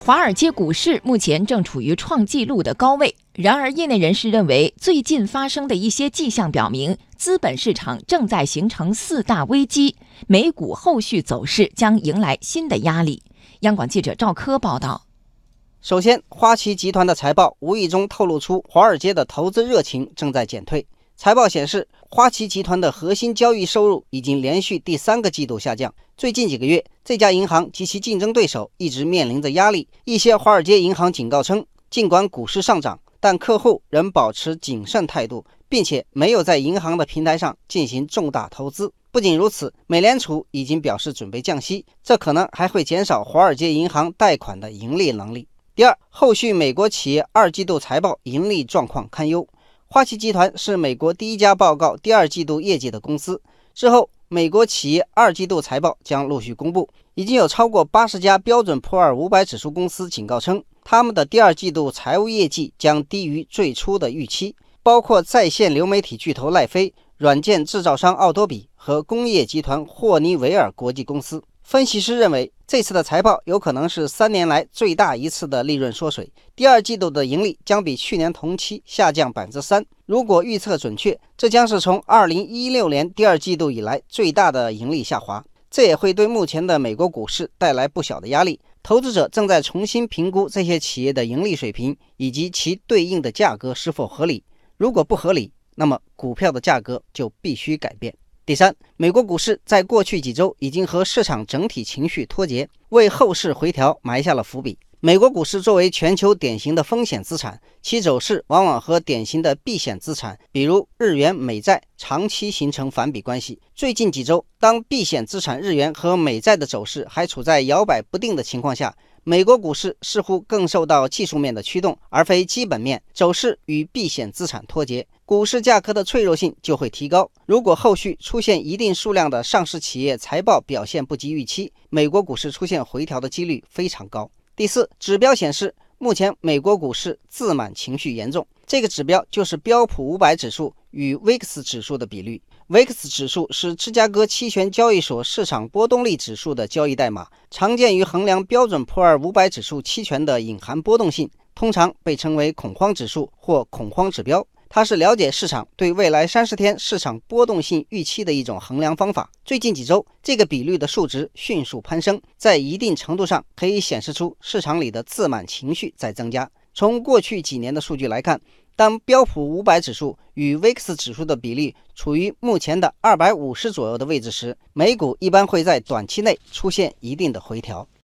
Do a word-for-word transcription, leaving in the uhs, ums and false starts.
华尔街股市目前正处于创纪录的高位，然而业内人士认为，最近发生的一些迹象表明，资本市场正在形成四大危机，美股后续走势将迎来新的压力。央广记者赵科报道。 首先，花旗集团的财报无意中透露出华尔街的投资热情正在减退。财报显示，花旗集团的核心交易收入已经连续第三个季度下降。最近几个月，这家银行及其竞争对手一直面临着压力。一些华尔街银行警告称，尽管股市上涨，但客户仍保持谨慎态度，并且没有在银行的平台上进行重大投资。不仅如此，美联储已经表示准备降息，这可能还会减少华尔街银行贷款的盈利能力。第二，后续美国企业二季度财报盈利状况堪忧。花旗集团是美国第一家报告第二季度业绩的公司，之后美国企业二季度财报将陆续公布。已经有超过八十家标准普尔五百指数公司警告称，他们的第二季度财务业绩将低于最初的预期，包括在线流媒体巨头奈飞、软件制造商奥多比和工业集团霍尼韦尔国际公司。分析师认为，这次的财报有可能是三年来最大一次的利润缩水，第二季度的盈利将比去年同期下降 百分之三。 如果预测准确，这将是从二零一六年第二季度以来最大的盈利下滑，这也会对目前的美国股市带来不小的压力。投资者正在重新评估这些企业的盈利水平以及其对应的价格是否合理，如果不合理，那么股票的价格就必须改变。第三，美国股市在过去几周已经和市场整体情绪脱节，为后市回调埋下了伏笔。美国股市作为全球典型的风险资产，其走势往往和典型的避险资产，比如日元、美债，长期形成反比关系。最近几周，当避险资产日元和美债的走势还处在摇摆不定的情况下，美国股市似乎更受到技术面的驱动，而非基本面，走势与避险资产脱节，股市价格的脆弱性就会提高。如果后续出现一定数量的上市企业财报表现不及预期，美国股市出现回调的几率非常高。第四，指标显示，目前美国股市自满情绪严重，这个指标就是标普五百指数与 V I X 指数的比率。V I X 指数是芝加哥期权交易所市场波动率指数的交易代码，常见于衡量标准普尔五百指数期权的隐含波动性，通常被称为恐慌指数或恐慌指标。它是了解市场对未来三十天市场波动性预期的一种衡量方法。最近几周，这个比率的数值迅速攀升，在一定程度上可以显示出市场里的自满情绪在增加。从过去几年的数据来看，当标普五百指数与 V I X 指数的比例处于目前的二百五十左右的位置时，美股一般会在短期内出现一定的回调。